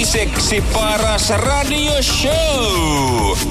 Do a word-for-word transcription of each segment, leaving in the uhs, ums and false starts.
toiseksi paras radioshow.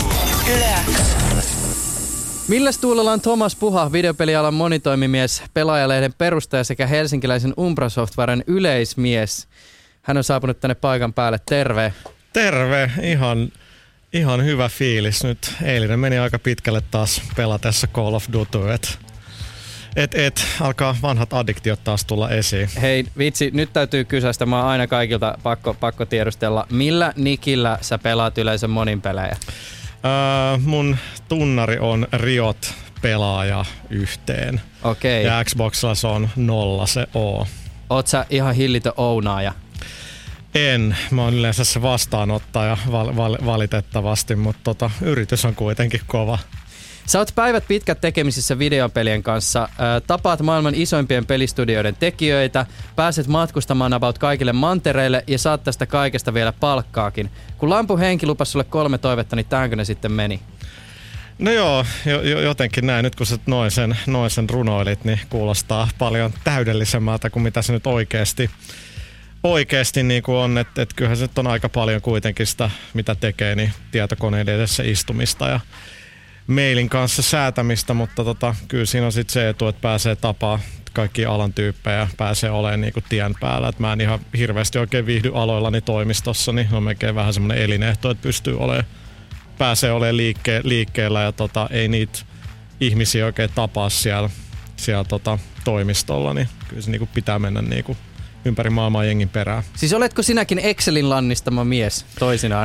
Milläs tuulella on Thomas Puha, videopelialan monitoimimies, Pelaajalehden perustaja sekä helsinkiläisen Umbra-softwaren yleismies. Hän on saapunut tänne paikan päälle. Terve. Terve. Ihan, ihan hyvä fiilis nyt. Eilinen meni aika pitkälle taas pelatessa Call of Duty. Et, et, et alkaa vanhat addiktiot taas tulla esiin. Hei vitsi, nyt täytyy kysästä. Mä oon aina kaikilta pakko, pakko tiedustella. Millä nikillä sä pelaat yleensä monin pelejä? Öö, mun tunnari on Riot pelaaja yhteen. Okei. Ja Xboxilla se on nolla se O. Oot sä ihan hillitön ounaaja? En. Mä oon yleensä se vastaanottaja val- val- valitettavasti, mutta tota, yritys on kuitenkin kova. Sä oot päivät pitkät tekemisissä videopelien kanssa. Tapaat maailman isoimpien pelistudioiden tekijöitä, pääset matkustamaan about kaikille mantereille ja saat tästä kaikesta vielä palkkaakin. Kun Lampu Henki lupasi sulle kolme toivetta, niin tähänkö ne sitten meni? No joo, jo, jo, jotenkin näin. Nyt kun sä noin sen, noin sen runoilit, niin kuulostaa paljon täydellisemmältä kuin mitä se nyt oikeasti, oikeasti niin kuin on. Että et kyllähän se nyt on aika paljon kuitenkin sitä, mitä tekee, niin tietokoneiden edessä istumista ja mailin kanssa säätämistä, mutta tota, kyllä siinä on sitten se etu, että pääsee tapaa kaikki alan tyyppejä, pääsee olemaan niinku tien päällä. Et mä en ihan hirveästi oikein viihdy aloillani toimistossa, niin on melkein vähän semmoinen elinehto, että pystyy olemaan, pääsee olemaan liikke, liikkeellä ja tota, ei niitä ihmisiä oikein tapaa siellä, siellä tota, toimistolla, niin kyllä se niinku pitää mennä niinku ympäri maailmaa jengin perään. Siis oletko sinäkin Excelin lannistama mies toisinaan?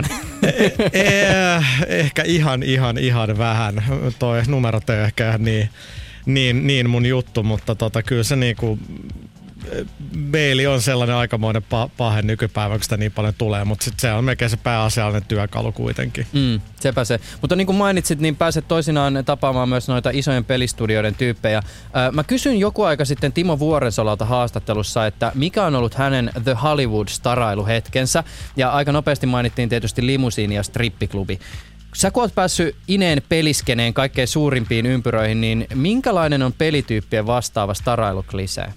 Eh, ehkä ihan, ihan, ihan vähän. Toi numerot ei ehkä niin, niin, niin mun juttu, mutta tota, kyllä se niinku, maili on sellainen aikamoinen pa- pahe nykypäivä, kun sitä niin paljon tulee, mutta sit se on melkein se pääasiallinen työkalu kuitenkin. Mm, sepä se. Mutta niin kuin mainitsit, niin pääset toisinaan tapaamaan myös noita isojen pelistudioiden tyyppejä. Mä kysyin joku aika sitten Timo Vuorensolalta haastattelussa, että mikä on ollut hänen The Hollywood-starailuhetkensä, ja aika nopeasti mainittiin tietysti limusiini ja strippiklubi. Sä kun oot päässyt Ineen peliskeneen kaikkein suurimpiin ympyröihin, niin minkälainen on pelityyppien vastaava starailuklisee?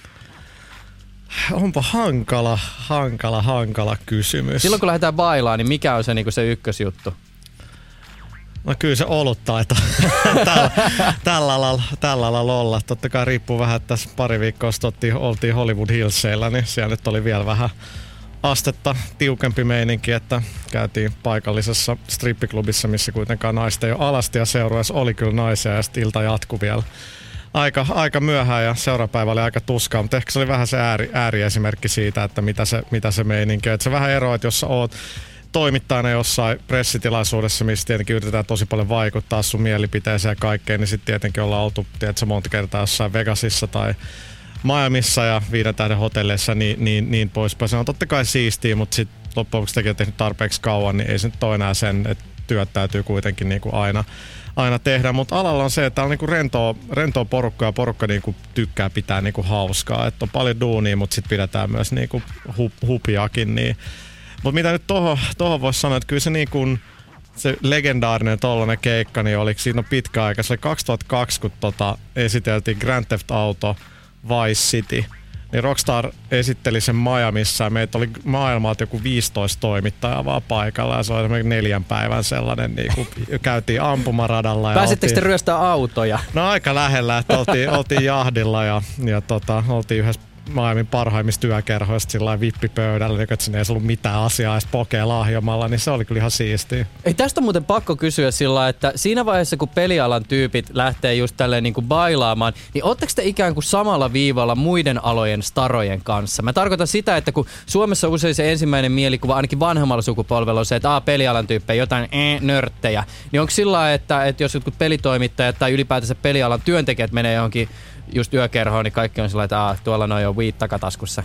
Onpa hankala, hankala, hankala kysymys. Silloin kun lähdetään bailaan, niin mikä on se, niin se ykkösjuttu? No kyllä se oluttaito tällä, tällä, alalla, tällä alalla olla. Totta kai riippuu vähän, että tässä pari viikkoa sitten oltiin Hollywood Hillsillä, niin siellä nyt oli vielä vähän astetta tiukempi meininki, että käytiin paikallisessa strippiklubissa, missä kuitenkaan naista ei ole alasti ja seuraajassa oli kyllä naisia ja sitten ilta jatkui vielä. Aika, aika myöhään ja seurapäivä oli aika tuskaa, mutta ehkä se oli vähän se ääri, ääriesimerkki siitä, että mitä se, mitä se meininki on. Että se vähän eroaa, että jos sä oot toimittajana jossain pressitilaisuudessa, missä tietenkin yritetään tosi paljon vaikuttaa sun mielipiteeseen ja kaikkeen, niin sitten tietenkin ollaan oltu tiedätkö, monta kertaa jossain Vegasissa tai Miamissa ja viiden tähden hotelleissa niin, niin, niin poispäin. Se on totta kai siistiä, mutta sitten loppujen lopuksi tekee tehnyt tarpeeksi kauan, niin ei se nyt ole enää sen, että työt täytyy kuitenkin niin kuin aina aina tehdä, mutta alalla on se, että on niinku rentoa, rentoa porukkaa ja porukka niinku tykkää pitää niinku hauskaa. Että on paljon duunia, mutta sitten pidetään myös niinku hup, hupiakin. Niin. Mutta mitä nyt tohon, tohon voisi sanoa, että kyllä se, niinku, se legendaarinen tollainen keikka, niin oliko siinä pitkä aika. Se oli kaksituhattakaksi, kun tota, esiteltiin Grand Theft Auto Vice City. Niin Rockstar esitteli sen Miamissa ja meitä oli maailmalta joku viisitoista toimittajaa vaan paikalla ja se oli esimerkiksi neljän päivän sellainen, niin kuin käytiin ampumaradalla. Pääsittekö te ryöstää autoja? No aika lähellä, että oltiin, oltiin jahdilla ja, ja tota, oltiin yhdessä Miamin parhaimmista työkerhoista sillä vippipöydällä, niin että sinne ei ollut mitään asiaa edes pokea lahjomalla, niin se oli kyllä ihan siistiä. Ei, tästä on muuten pakko kysyä sillä, että siinä vaiheessa kun pelialan tyypit lähtee just tälleen niin kuin bailaamaan, niin ootteko te ikään kuin samalla viivalla muiden alojen starojen kanssa? Mä tarkoitan sitä, että kun Suomessa usein se ensimmäinen mielikuva, ainakin vanhemmalla sukupolvella on se, että a, pelialan tyyppejä, jotain ee, nörttejä, niin onko sillä lailla, että, että jos jotkut pelitoimittajat tai ylipäätänsä pelialan työntekijät menee johonkin just yökerhoon, niin kaikki on sillä että ah, tuolla noin on weed takataskussa.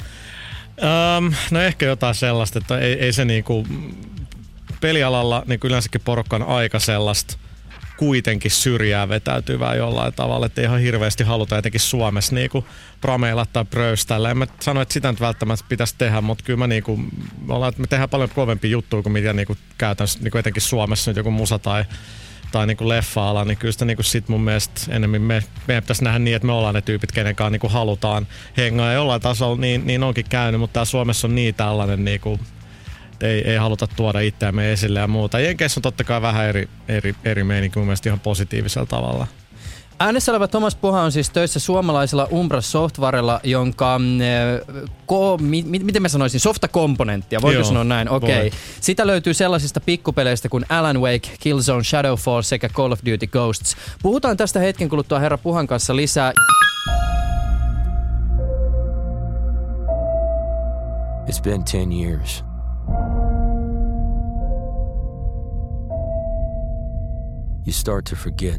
Um, no ehkä jotain sellaista, että ei, ei se niinku pelialalla niin yleensäkin porukka on aika sellaista kuitenkin syrjää vetäytyvää jollain tavalla, että ei ihan hirveästi haluta etenkin Suomessa niinku prameilla tai pröyställä. En mä sano, että sitä nyt välttämättä pitäisi tehdä, mutta kyllä mä niinku, me, ollaan, me tehdään paljon kovempia juttuja kuin mitä niinku käytännössä niinku etenkin Suomessa nyt joku musa tai tai niinku leffa-ala, niin kyllä sitä niinku sit mun mielestä enemmän me, meidän pitäisi nähdä niin, että me ollaan ne tyypit, kenenkaan niinku halutaan hengaa. Ja jollain tasolla niin, niin onkin käynyt, mutta täällä Suomessa on niin tällainen niinku, ei, ei haluta tuoda itseämme esille ja muuta. Jenkeissä on totta kai vähän eri, eri, eri meininki mun mielestä ihan positiivisella tavalla. Äänessä oleva Thomas Poha on siis töissä suomalaisella Umbra Softwarella, jonka, äh, ko, mi, mi, miten mä sanoisin, softakomponenttia, voiko Joo, sanoa näin? Okei. Okay. Sitä löytyy sellaisista pikkupeleistä kuin Alan Wake, Killzone Shadowfall sekä Call of Duty Ghosts. Puhutaan tästä hetken kuluttua herra Puhan kanssa lisää. It's been ten years. You start to forget.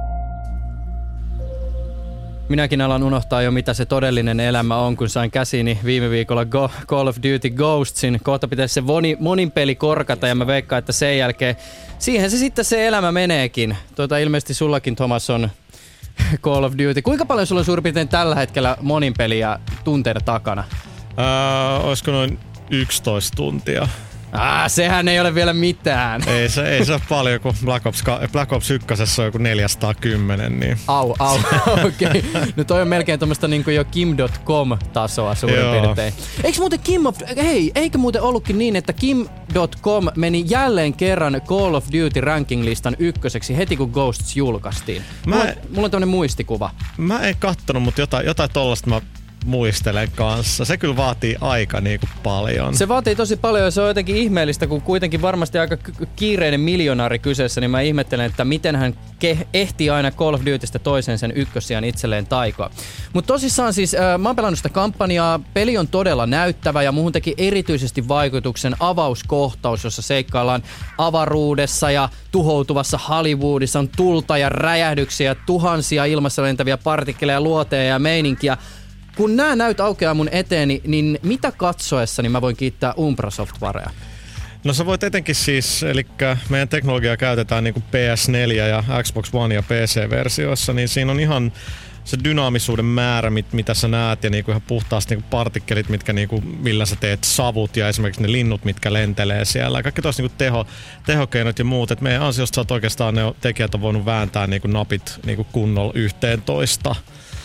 Minäkin alan unohtaa jo, mitä se todellinen elämä on, kun sain käsiini viime viikolla Go, Call of Duty Ghostsin. Kohta pitäisi se moni, monin peli korkata ja mä veikkaan, että sen jälkeen siihen se sitten se elämä meneekin. Tuota, ilmeisesti sullakin, Thomas, on Call of Duty. Kuinka paljon sulla on suurin piirtein tällä hetkellä monin peliä tunteiden takana? Uh, olisiko noin yksitoista tuntia. Ah, sehän ei ole vielä mitään. Ei se, ei se ole paljon, kun Black Ops, Black Ops yksi on joku neljäsataakymmenen. Niin. Au, au, okei. Okay. No toi on melkein tommoista niinku jo Kim piste com-tasoa suurin Joo. piirtein. Eikö muuten Kim of, hei, eikö muuten ollutkin niin, että Kim piste com meni jälleen kerran Call of Duty ranking-listan ykköseksi heti kun Ghosts julkaistiin? Mä, mulla, mulla on tämmönen muistikuva. Mä en kattonut, mutta jotain, jotain tollasta mä muistelen kanssa. Se kyllä vaatii aika niinku paljon. Se vaatii tosi paljon ja se on jotenkin ihmeellistä, kun kuitenkin varmasti aika kiireinen miljonääri kyseessä, niin mä ihmettelen, että miten hän ke- ehtii aina Call of Dutystä toiseen sen ykkössijan itselleen taikoa. Mutta tosissaan siis äh, mä oon pelannut sitä kampanjaa, peli on todella näyttävä ja muuhun teki erityisesti vaikutuksen avauskohtaus, jossa seikkaillaan avaruudessa ja tuhoutuvassa Hollywoodissa on tulta ja räjähdyksiä, tuhansia ilmassa lentäviä partikkeleja, luoteja ja meininkiä. Kun nämä näyt aukeaa mun eteeni, niin mitä katsoessani mä voin kiittää Umbra Softwarea? No sä voit etenkin siis, eli meidän teknologiaa käytetään niin kuin P S neljä ja Xbox One ja P C-versioissa, niin siinä on ihan se dynaamisuuden määrä, mit, mitä sä näet ja niinku ihan puhtaasti niinku partikkelit, mitkä niinku, millä sä teet savut ja esimerkiksi ne linnut, mitkä lentelee siellä. Kaikki tossa niinku teho, tehokeinot ja muut. Et meidän ansiosta sä oot oikeastaan ne tekijät on voinut vääntää niinku napit niinku kunnolla yhteen toista.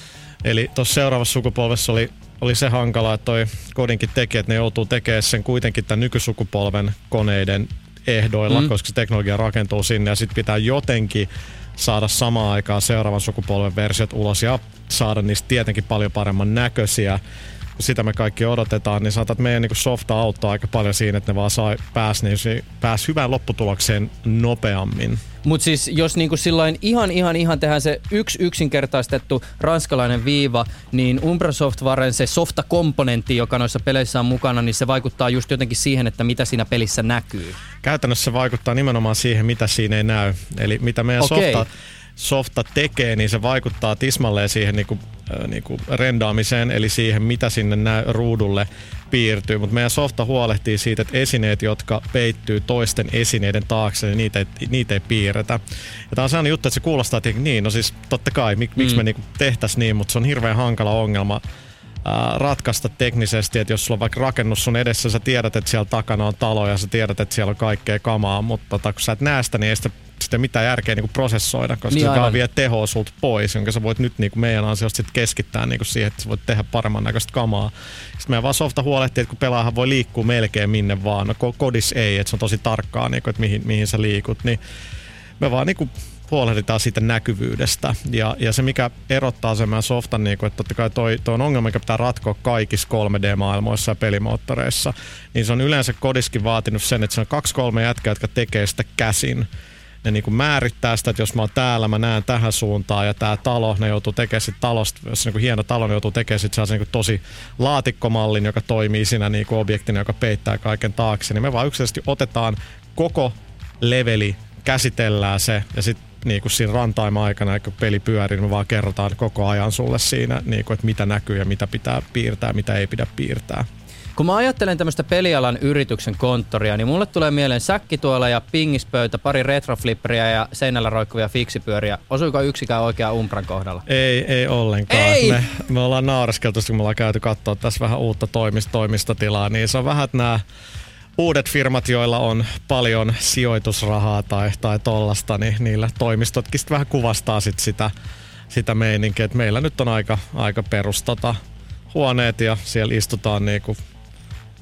Eli tuossa seuraavassa sukupolvessa oli, oli se hankala, että toi kodinkin tekijät, ne joutuu tekemään sen kuitenkin tämän nykysukupolven koneiden ehdoilla, mm. koska se teknologia rakentuu sinne ja sitten pitää jotenkin saada samaan aikaan seuraavan sukupolven versiot ulos ja saada niistä tietenkin paljon paremman näköisiä. Sitä me kaikki odotetaan, niin sanotaan, että meidän niin softa auttaa aika paljon siinä, että ne vaan sai, pääsi, niin pääsi hyvään lopputulokseen nopeammin. Mutta siis jos niinku sillain ihan ihan ihan tehdään se yksi yksinkertaistettu ranskalainen viiva, niin Umbra Softwaren se softa-komponentti, joka noissa peleissä on mukana, niin se vaikuttaa just jotenkin siihen, että mitä siinä pelissä näkyy. Käytännössä se vaikuttaa nimenomaan siihen, mitä siinä ei näy. Eli mitä meidän okay. softa... softa tekee, niin se vaikuttaa tismalleen siihen niinku, äh, niinku rendaamiseen, eli siihen, mitä sinne nä- ruudulle piirtyy. Mutta meidän softa huolehtii siitä, että esineet, jotka peittyy toisten esineiden taakse, niin niitä ei, niitä ei piirretä. Ja tää on sellainen juttu, että se kuulostaa, että niin, no siis totta kai, mik, mm. miksi me niinku tehtäisiin niin, mutta se on hirveän hankala ongelma ää, ratkaista teknisesti, että jos sulla on vaikka rakennus sun edessä, sä tiedät, että siellä takana on talo ja sä tiedät, että siellä on kaikkea kamaa, mutta tota, kun sä et näe sitä, niin ei sitä sitten mitään järkeä niinku prosessoida, koska niin se vaan vie tehoa sulta pois, jonka sä voit nyt niinku meidän ansiosta sit keskittää niinku siihen, että sä voit tehdä paremman näköistä kamaa. Sitten meidän vaan softa huolehtii, että kun pelaajahan voi liikkua melkein minne vaan, no kodis ei, että se on tosi tarkkaa, niinku, että mihin, mihin sä liikut, niin me vaan niinku huolehditaan siitä näkyvyydestä. Ja, ja se, mikä erottaa sen meidän softan, niin että totta kai toi, toi on ongelma, mikä pitää ratkoa kaikissa kolme D-maailmoissa ja pelimoottoreissa, niin se on yleensä kodiskin vaatinut sen, että se on kaksi kolme jätkää, jotka tekee sitä käsin. Ne niin kuin määrittää sitä, että jos mä oon täällä, mä näen tähän suuntaan ja tää talo, ne joutuu tekemään sit talosta, jos niin kuin hieno talo, ne joutuu tekemään sit sellaisen niin kuin tosi laatikkomallin, joka toimii siinä niin kuin objektina, joka peittää kaiken taakse. Niin me vaan yksilöllisesti otetaan koko leveli, käsitellään se ja sitten niin kuin siinä runtime-aikana, kun peli pyörii, niin me vaan kerrotaan koko ajan sulle siinä, niin kuin, että mitä näkyy ja mitä pitää piirtää, mitä ei pidä piirtää. Kun mä ajattelen tämmöistä pelialan yrityksen konttoria, niin mulle tulee mieleen säkkituola ja pingispöytä, pari retroflipperiä ja seinällä roikkuvia fiksipyöriä. Osuiko yksikään oikea Umbran kohdalla? Ei, ei ollenkaan. Ei! Me, me ollaan naureskeltu, kun me ollaan käyty katsoa tässä vähän uutta toimist- toimistotilaa, niin se on vähän, että nämä uudet firmat, joilla on paljon sijoitusrahaa tai, tai tollasta, niin niillä toimistotkin vähän kuvastaa sit sitä, sitä meininkiä, että meillä nyt on aika, aika perustata huoneet ja siellä istutaan niinku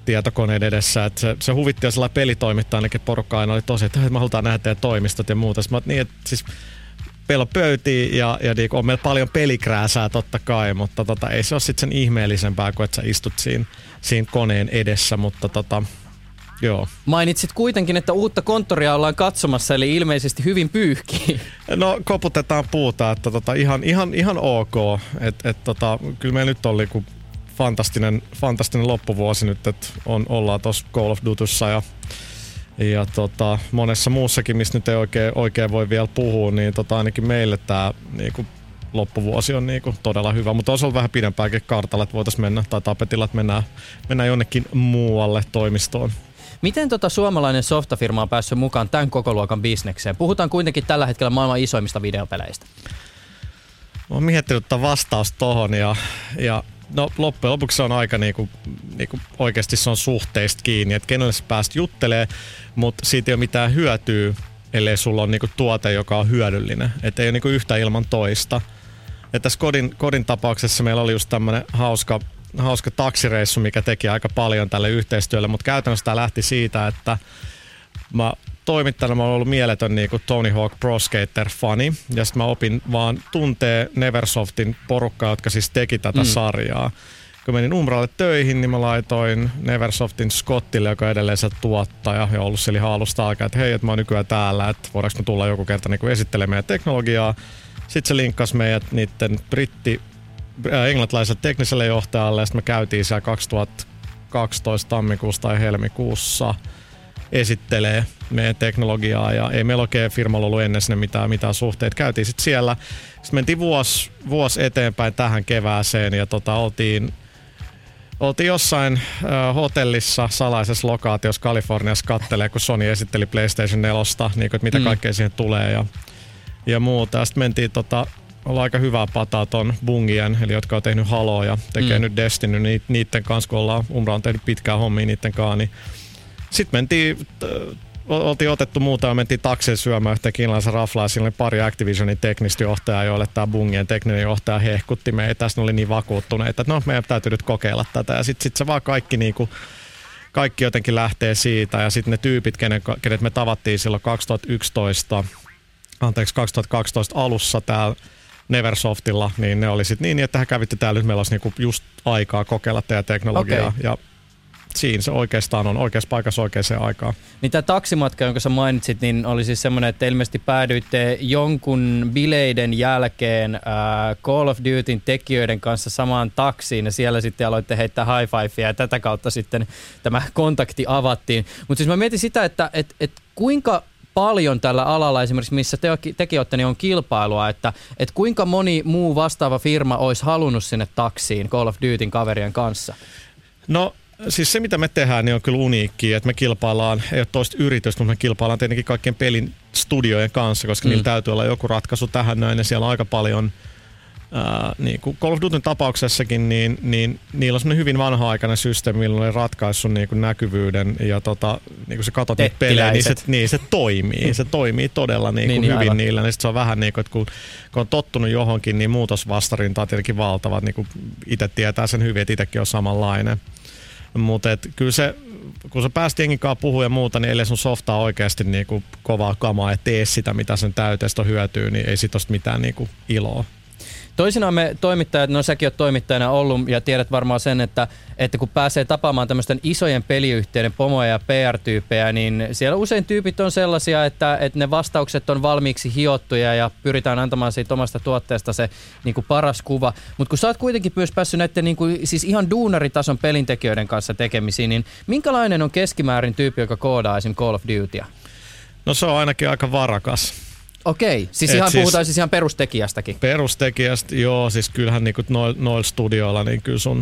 tietokoneen edessä. Et se, se huvitti jo sellainen pelitoimittaja, ainakin porukka aina oli tosi, että me halutaan nähdä teidän toimistot ja muuta. Sitten mä oot niin, että siis meillä on pöytiä ja, ja niin on meillä paljon pelikrääsää totta kai, mutta tota, ei se ole sitten sen ihmeellisempää kuin että sä istut siinä, siinä koneen edessä, mutta tota, joo. Mainitsit kuitenkin, että uutta konttoria ollaan katsomassa, eli ilmeisesti hyvin pyyhkii. No koputetaan puuta, että tota, ihan, ihan, ihan ok. Et, et, tota, kyllä meillä nyt oli kuin fantastinen, fantastinen loppuvuosi nyt, että on, ollaan tuossa Call of Dutyssa ja Ja tota, monessa muussakin, mistä nyt ei oikein, oikein voi vielä puhua, niin tota, ainakin meille tämä niinku, loppuvuosi on niinku, todella hyvä. Mutta olisi ollut vähän pidempäänkin kartalla, että voitaisiin mennä, tai tapetilla, että mennään, mennään jonnekin muualle toimistoon. Miten tota suomalainen softafirma on päässyt mukaan tämän koko luokan bisnekseen? Puhutaan kuitenkin tällä hetkellä maailman isoimmista videopeleistä. Mä oon miettinyt tämän vastausta tohon ja, ja no loppujen lopuksi se on aika niinku, niinku oikeasti se on suhteista kiinni, että kenelle sä pääst juttelee, mutta siitä ei ole mitään hyötyä, ellei sulla on niinku tuote, joka on hyödyllinen. Että ei ole niinku yhtä ilman toista. Ja tässä kodin, kodin tapauksessa meillä oli just tämmönen hauska, hauska taksireissu, mikä teki aika paljon tälle yhteistyölle, mutta käytännössä tämä lähti siitä, että mä toimittajana mä oon ollut mieletön niinku Tony Hawk Pro Skater-fani, ja sitten mä opin vaan tuntee Neversoftin porukkaa, jotka siis teki tätä mm. sarjaa. Kun menin Umbralle töihin, niin mä laitoin Neversoftin Scottille, joka on edelleen se tuottaja, ja ollut siellä ihan alusta alkaen, että hei, että mä oon nykyään täällä, että voidaanko me tulla joku kerta niinku esittelemään meidän teknologiaa. Sitten se linkkasi meidät niiden britti, äh, englantilaiselle tekniselle johtajalle, ja sitten me käytiin siellä kaksituhattakaksitoista tammikuussa tai helmikuussa esittelee meidän teknologiaa, ja ei meillä oikein firmalla ollut ennen sinne mitään, mitään suhteita. Käytiin sitten siellä. Sitten mentiin vuosi, vuosi eteenpäin tähän kevääseen, ja tota, oltiin, oltiin jossain äh, hotellissa salaisessa lokaatiossa Kaliforniassa kattelee, kun Sony esitteli PlayStation neljä, niin kuin, että mitä mm. kaikkea siihen tulee ja, ja muuta. Sitten mentiin tota, ollaan aika hyvää pataa ton Bungien, eli jotka on tehnyt Haloa ja tekee mm. nyt Destiny, niin niiden kanssa, kun ollaan, Umbra on tehnyt pitkää hommia niiden kanssa, niin sitten mentiin, oltiin otettu muuta ja mentiin takseen syömään yhteen kiinalaisen raflaa, ja siinä oli pari Activisionin teknistä johtajaa, joille tämä Bungien tekninen johtaja hehkutti meitä. Tästä oli niin vakuuttuneita, että no meidän täytyy nyt kokeilla tätä. Ja sitten sit se vaan kaikki, niinku, kaikki jotenkin lähtee siitä. Ja sitten ne tyypit, kenet, kenet me tavattiin silloin kaksituhattayksitoista, anteeksi kaksituhattakaksitoista alussa täällä Neversoftilla, niin ne oli sitten niin, että hän kävitte täällä, nyt meillä olisi niinku just aikaa kokeilla teidän teknologiaa. Okay. Ja siinä se oikeastaan on oikeassa paikassa oikeaan aikaan. Niin tämä taksimatka, jonka sä mainitsit, niin oli siis semmoinen, että ilmeisesti päädyitte jonkun bileiden jälkeen äh, Call of Dutyn tekijöiden kanssa samaan taksiin, ja siellä sitten aloitte heittää high fivea, ja tätä kautta sitten tämä kontakti avattiin. Mutta siis mä mietin sitä, että et, et kuinka paljon tällä alalla esimerkiksi, missä te, tekin olette, niin on kilpailua, että et kuinka moni muu vastaava firma olisi halunnut sinne taksiin Call of Dutyn kaverien kanssa? No siis se, mitä me tehdään, niin on kyllä uniikkiä, että me kilpaillaan, ei ole toista yritystä, mutta me kilpaillaan tietenkin kaikkien pelin studiojen kanssa, koska mm. niillä täytyy olla joku ratkaisu tähän näin, ja siellä on aika paljon, ää, niin kuin Call of Dutyn tapauksessakin, niin, niin niillä on semmoinen hyvin vanha-aikainen systeemi, millä on ratkaissut niin kuin näkyvyyden, ja tota, niin kuin sä katsot niitä pelejä, niin se, niin se toimii, se toimii todella niin kuin niin, hyvin aivan. Niillä, niin sit se on vähän niin kuin, että kun, kun on tottunut johonkin, niin muutosvastarinta on tietenkin valtavat, niin kuin itse tietää sen hyvin, että itsekin on samanlainen. Mutta kyllä se, kun sä pääst jengin kanssa puhua ja muuta, niin ellei sun softaa oikeasti niinku kovaa kamaa ja tee sitä, mitä sen täyteestä hyötyy, niin ei sit ole mitään niinku iloa. Toisinaan me toimittajat, no säkin oot toimittajana ollut ja tiedät varmaan sen, että, että kun pääsee tapaamaan tämmöisten isojen peliyhtiöiden pomoja ja P R-tyyppejä, niin siellä usein tyypit on sellaisia, että, että ne vastaukset on valmiiksi hiottuja ja pyritään antamaan siitä omasta tuotteesta se niin kuin paras kuva. Mutta kun sä oot kuitenkin myös päässyt näiden niin kuin, siis ihan duunaritason pelintekijöiden kanssa tekemisiin, niin minkälainen on keskimäärin tyyppi, joka koodaa esim. Call of Dutyä? No se on ainakin aika varakas. Okei, siis ihan siis, puhutaan siis ihan perustekijästäkin. Perustekijästä, joo, siis kyllähän niinku noilla noil studioilla, niin kyllä sun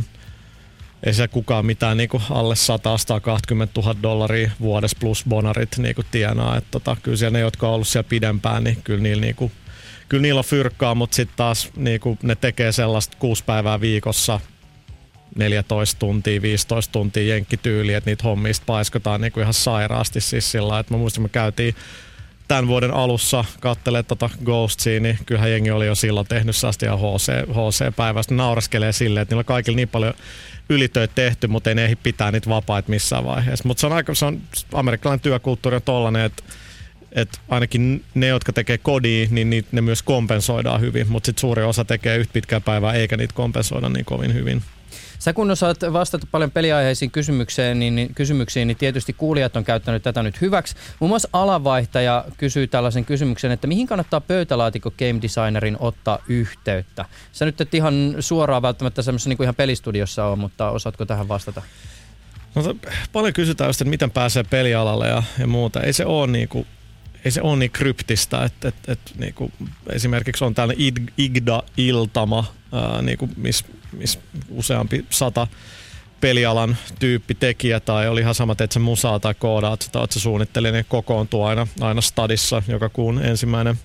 ei se kukaan mitään niinku alle sata kaksikymmentätuhatta dollaria vuodessa plus bonarit niinku tienaa. Et tota, kyllä siellä ne, jotka on ollut siellä pidempään, niin kyllä niillä, niinku, kyllä niillä on fyrkkaa, mutta sitten taas niinku, ne tekee sellaista kuusi päivää viikossa, neljätoista tuntia, viisitoista tuntia jenkkityyliä, että niitä hommista paiskotaan niinku ihan sairaasti. Siis sillä, että mä muistan, me käytiin tämän vuoden alussa kattelee tota Ghostsia, niin kyllähän jengi oli jo silloin tehnyt sellaista ihan H C, H C-päivästä. Nauraskelee silleen, että niillä on kaikilla niin paljon ylitöitä tehty, mutta ei ne ehdi pitää niitä vapaita missään vaiheessa. Mutta se on aika, se on, amerikkalainen työkulttuuri on tollainen, että et ainakin ne, jotka tekee kodia, niin niitä, ne myös kompensoidaan hyvin, mutta sitten suuri osa tekee yhtä pitkää päivää, eikä niitä kompensoida niin kovin hyvin. Sä kun osaat vastata paljon peliaiheisiin kysymyksiin niin, niin, kysymyksiin, niin tietysti kuulijat on käyttänyt tätä nyt hyväksi. Muun muassa alanvaihtaja kysyy tällaisen kysymyksen, että mihin kannattaa pöytälaatikko game designerin ottaa yhteyttä? Sä nyt et ihan suoraan välttämättä semmoisessa niin kuin ihan pelistudiossa ole, mutta osaatko tähän vastata? No, paljon kysytään just, että miten pääsee pelialalle ja, ja muuta. Ei se ole niinku Ei se ole niin kryptistä, että et, et, niinku, esimerkiksi on tällainen I G D A-iltama, niinku, missä mis useampi sata pelialan tyyppi tekijä tai oli ihan sama, että sä musaa tai koodaat tai että sä suunnittelee, niin kokoontuu aina, aina stadissa joka kuun ensimmäinen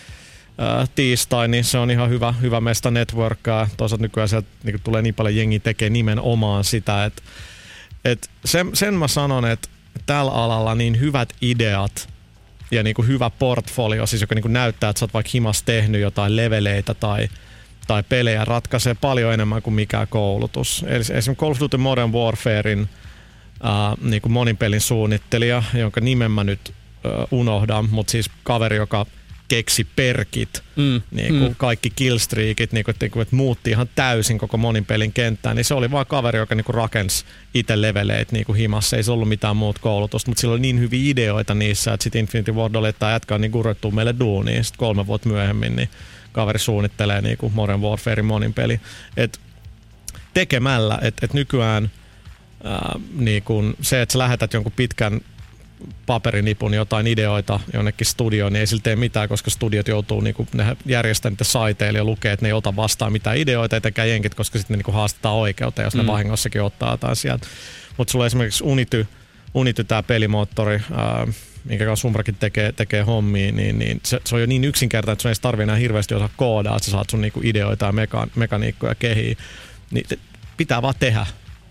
ää, tiistai, niin se on ihan hyvä, hyvä mesta networkkaa. Toisaalta nykyään sieltä niin tulee niin paljon jengiä tekee nimenomaan sitä, että et sen, sen mä sanon, että tällä alalla niin hyvät ideat ja niin kuin hyvä portfolio, siis joka niin kuin näyttää, että sä oot vaikka himas tehnyt jotain leveleitä tai, tai pelejä, ratkaisee paljon enemmän kuin mikään koulutus. Eli esimerkiksi Call of Duty Modern Warfarein äh, niin kuin monin pelin suunnittelija, jonka nimen mä nyt äh, unohdan, mutta siis kaveri, joka keksi perkit, mm. niin kuin mm. kaikki killstreakit, niin kuin, että, että muutti ihan täysin koko monin pelin kenttään, niin se oli vaan kaveri, joka niin kuin rakensi itse leveleitä niin kuin himassa. Ei se ollut mitään muuta koulutusta, mutta sillä oli niin hyviä ideoita niissä, että sitten Infinity Ward oli, että tämä jätkä on niin kurrettu meille duuniin. Sitten kolme vuotta myöhemmin niin kaveri suunnittelee niin kuin Modern Warfarein monin peli. Et tekemällä, että et nykyään ää, niin kuin se, että sä lähetät jonkun pitkän paperinipun jotain ideoita jonnekin studioon, niin ei sillä tee mitään, koska studiot joutuu niinku, ne järjestää niitä saiteille ja lukee, että ne ei ota vastaan mitään ideoita, etenkään jenkit, koska sitten ne niinku haastetaan oikeuteen, jos mm. ne vahingossakin ottaa jotain sieltä. Mutta sulla esimerkiksi Unity, Unity tämä pelimoottori, ää, minkä kanssa Sumbrakin tekee, tekee hommia, niin, niin se, se on jo niin yksinkertainen, että sun ei tarvitse enää hirveästi osaa koodaa, että sä saat sun niinku ideoita ja meka, mekaniikkoja kehiin. Niin pitää vaan tehdä.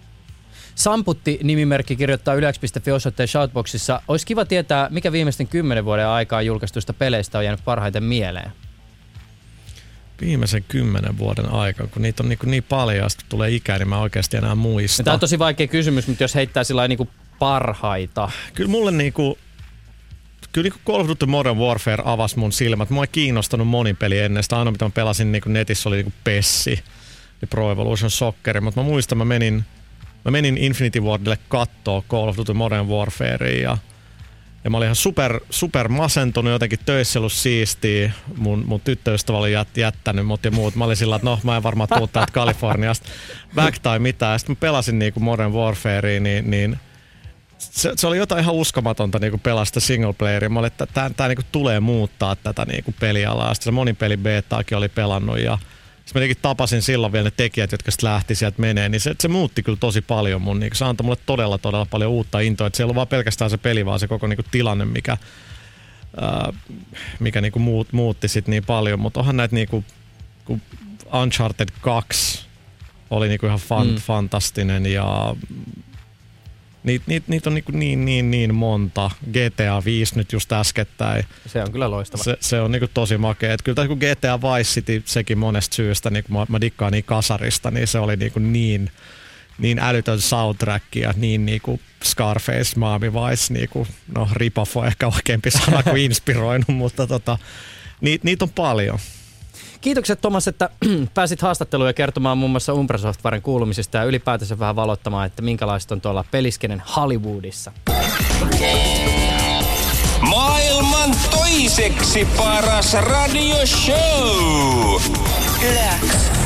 Samputti-nimimerkki kirjoittaa ylex piste fi osoitteen shoutboxissa. Olisi kiva tietää, mikä viimeisten kymmenen vuoden aikaa julkaistuista peleistä on jäänyt parhaiten mieleen. Viimeisen kymmenen vuoden aikaa, kun niitä on niin, niin paljon ja sitten tulee ikää, niin mä oikeasti enää muista. Tämä on tosi vaikea kysymys, mutta jos heittää sillä niin kuin parhaita. Kyllä mulle niinku, kyllä niinku Call of Duty Modern Warfare avasi mun silmät. Mua ei kiinnostanut monin peli ennen sitä. Ainoa mitä mä pelasin niinku netissä oli niinku Pessi ja Pro Evolution Soccer, mutta mä muistan, mä menin Mä menin Infinity Wardille kattoo Call of Duty Modern Warfarea ja, ja mä olin ihan super, super masentunut, jotenkin töissä ollut siistiä. Mun, mun tyttöystävä oli jät, jättänyt mut ja muut. Mä olin sillä, että no mä en varmaan tuu täältä Kaliforniasta back tai mitään. Ja sit mä pelasin niinku Modern Warfarea, niin, niin se, se oli jotain ihan uskomatonta niinku pelaa sitä single playeria. Mä olin, että tää, tää niinku tulee muuttaa tätä niinku pelialaa. Sitten se monin peli betaakin oli pelannut ja sitten mä tietenkin tapasin silloin vielä ne tekijät, jotka sitten lähti sieltä menee, niin se, se muutti kyllä tosi paljon mun. Niin se antoi mulle todella, todella paljon uutta intoa. Että se ei ollut vaan pelkästään se peli, vaan se koko niin kuin tilanne, mikä, ää, mikä niin kuin muut, muutti sit niin paljon. Mutta onhan näitä niin kuin, kuin Uncharted kaksi oli niin kuin ihan fan, mm. fantastinen ja Niitä niit, niit on niin, niin, niin, niin monta. G T A viisi nyt just äskettäin. Se on kyllä loistava. Se, se on niin tosi makea. Et kyllä kun G T A Vice City, sekin monesta syystä, niin kun mä, mä dikkaan niin kasarista, niin se oli niin, niin, niin älytön soundtrack ja niin, niin kuin Scarface, Miami Vice, niin kuin, no rip-off on ehkä oikeampi sana kuin inspiroinut, mutta tota, niitä niit on paljon. Kiitokset Tomas, että pääsit haastatteluun ja kertomaan muun muassa Umbra Softwaren kuulumisista ja ylipäätänsä vähän valottamaan, että minkälaista on tuolla peliskenen Hollywoodissa. Maailman toiseksi paras radioshow! Ylex.